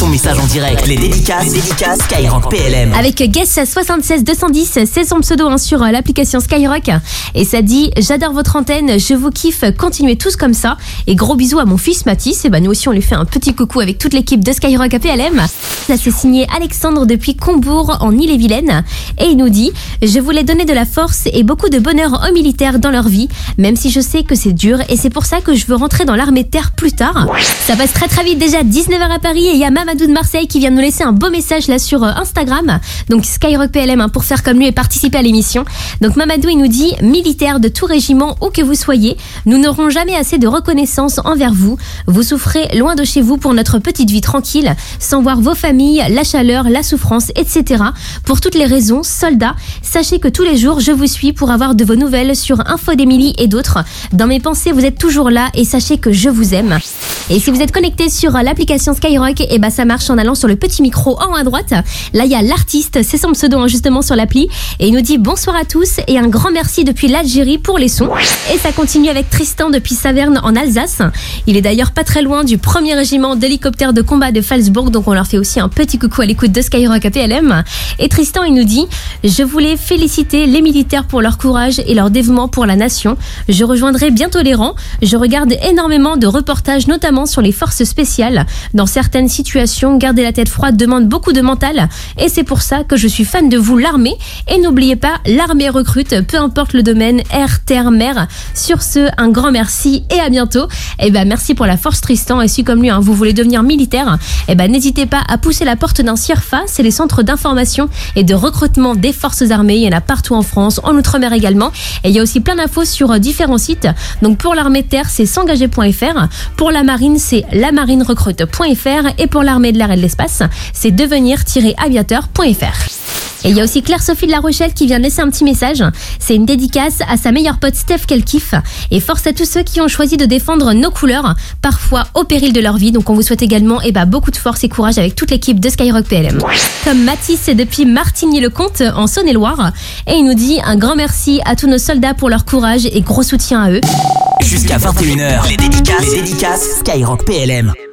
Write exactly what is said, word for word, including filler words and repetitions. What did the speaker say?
ton message en direct. Les dédicaces, les dédicaces Skyrock P L M. Avec Guess soixante-seize deux cent dix, c'est son pseudo hein, sur euh, l'application Skyrock. Et ça dit: j'adore votre antenne, je vous kiffe, continuez tous comme ça. Et gros bisous à mon fils Mathis. Et bah nous aussi on lui fait un petit coucou avec toute l'équipe de Skyrock à P L M. Ça c'est signé Alexandre depuis Combourg en Ille-et-Vilaine. Et il nous dit: je voulais donner de la force et beaucoup de bonheur aux militaires dans leur vie, même si je sais que c'est dur et c'est pour ça que je veux rentrer dans l'armée de terre plus tard. Ça passe très très vite, déjà dix-neuf heures à Paris, et il y a Mamadou de Marseille qui vient de nous laisser un beau message là sur Instagram. Donc Skyrock P L M hein, pour faire comme lui et participer à l'émission. Donc Mamadou il nous dit: militaire de tout régiment où que vous soyez, nous n'aurons jamais assez de reconnaissance envers vous. Vous souffrez loin de chez vous pour notre petite vie tranquille, sans voir vos familles, la chaleur, la souffrance, et cetera. Pour toutes les raisons, soldats, sachez que tous les jours je vous suis pour avoir de vos nouvelles sur Info d'Émilie et d'autres. Dans mes pensées vous êtes toujours là et sachez que je vous aime. Et si vous êtes connecté sur l'application Skyrock, et bah ça marche en allant sur le petit micro en haut à droite. Là il y a l'artiste, c'est son pseudo hein, justement sur l'appli, et il nous dit: bonsoir à tous et un grand merci depuis l'Algérie pour les sons. Et ça continue avec Tristan depuis Saverne en Alsace. Il est d'ailleurs pas très loin du premier régiment d'hélicoptères de combat de Phalsbourg, donc on leur fait aussi un petit coucou à l'écoute de Skyrock à P L M. Et Tristan il nous dit: je voulais féliciter les militaires pour leur courage et leur dévouement pour la nation. Je rejoindrai bientôt les rangs. Je regarde énormément de reportages, notamment sur les forces spéciales. Dans certaines situations, garder la tête froide demande beaucoup de mental, et c'est pour ça que je suis fan de vous, l'armée. Et n'oubliez pas, l'armée recrute, peu importe le domaine, air, terre, mer. Sur ce, un grand merci et à bientôt. Et ben merci pour la force Tristan, et si comme lui hein, vous voulez devenir militaire, et ben n'hésitez pas à pousser la porte d'un C I R F A, c'est les centres d'information et de recrutement des forces armées. Il y en a partout en France, en Outre-mer également, et il y a aussi plein d'infos sur euh, différents sites. Donc pour l'armée de terre c'est s'engager point f r, pour la marine c'est lamarinerecrute point f r, et pour l'armée de l'air et de l'espace c'est devenir tiret aviateur point f r. Et il y a aussi Claire-Sophie de La Rochelle qui vient de laisser un petit message. C'est une dédicace à sa meilleure pote Steph qu'elle kiffe. Et force à tous ceux qui ont choisi de défendre nos couleurs, parfois au péril de leur vie. Donc on vous souhaite également eh ben, beaucoup de force et courage avec toute l'équipe de Skyrock P L M. Comme Mathis depuis Martigny-le-Comte en Saône-et-Loire. Et il nous dit: un grand merci à tous nos soldats pour leur courage et gros soutien à eux. Jusqu'à vingt et une heures, les dédicaces, les dédicaces Skyrock P L M.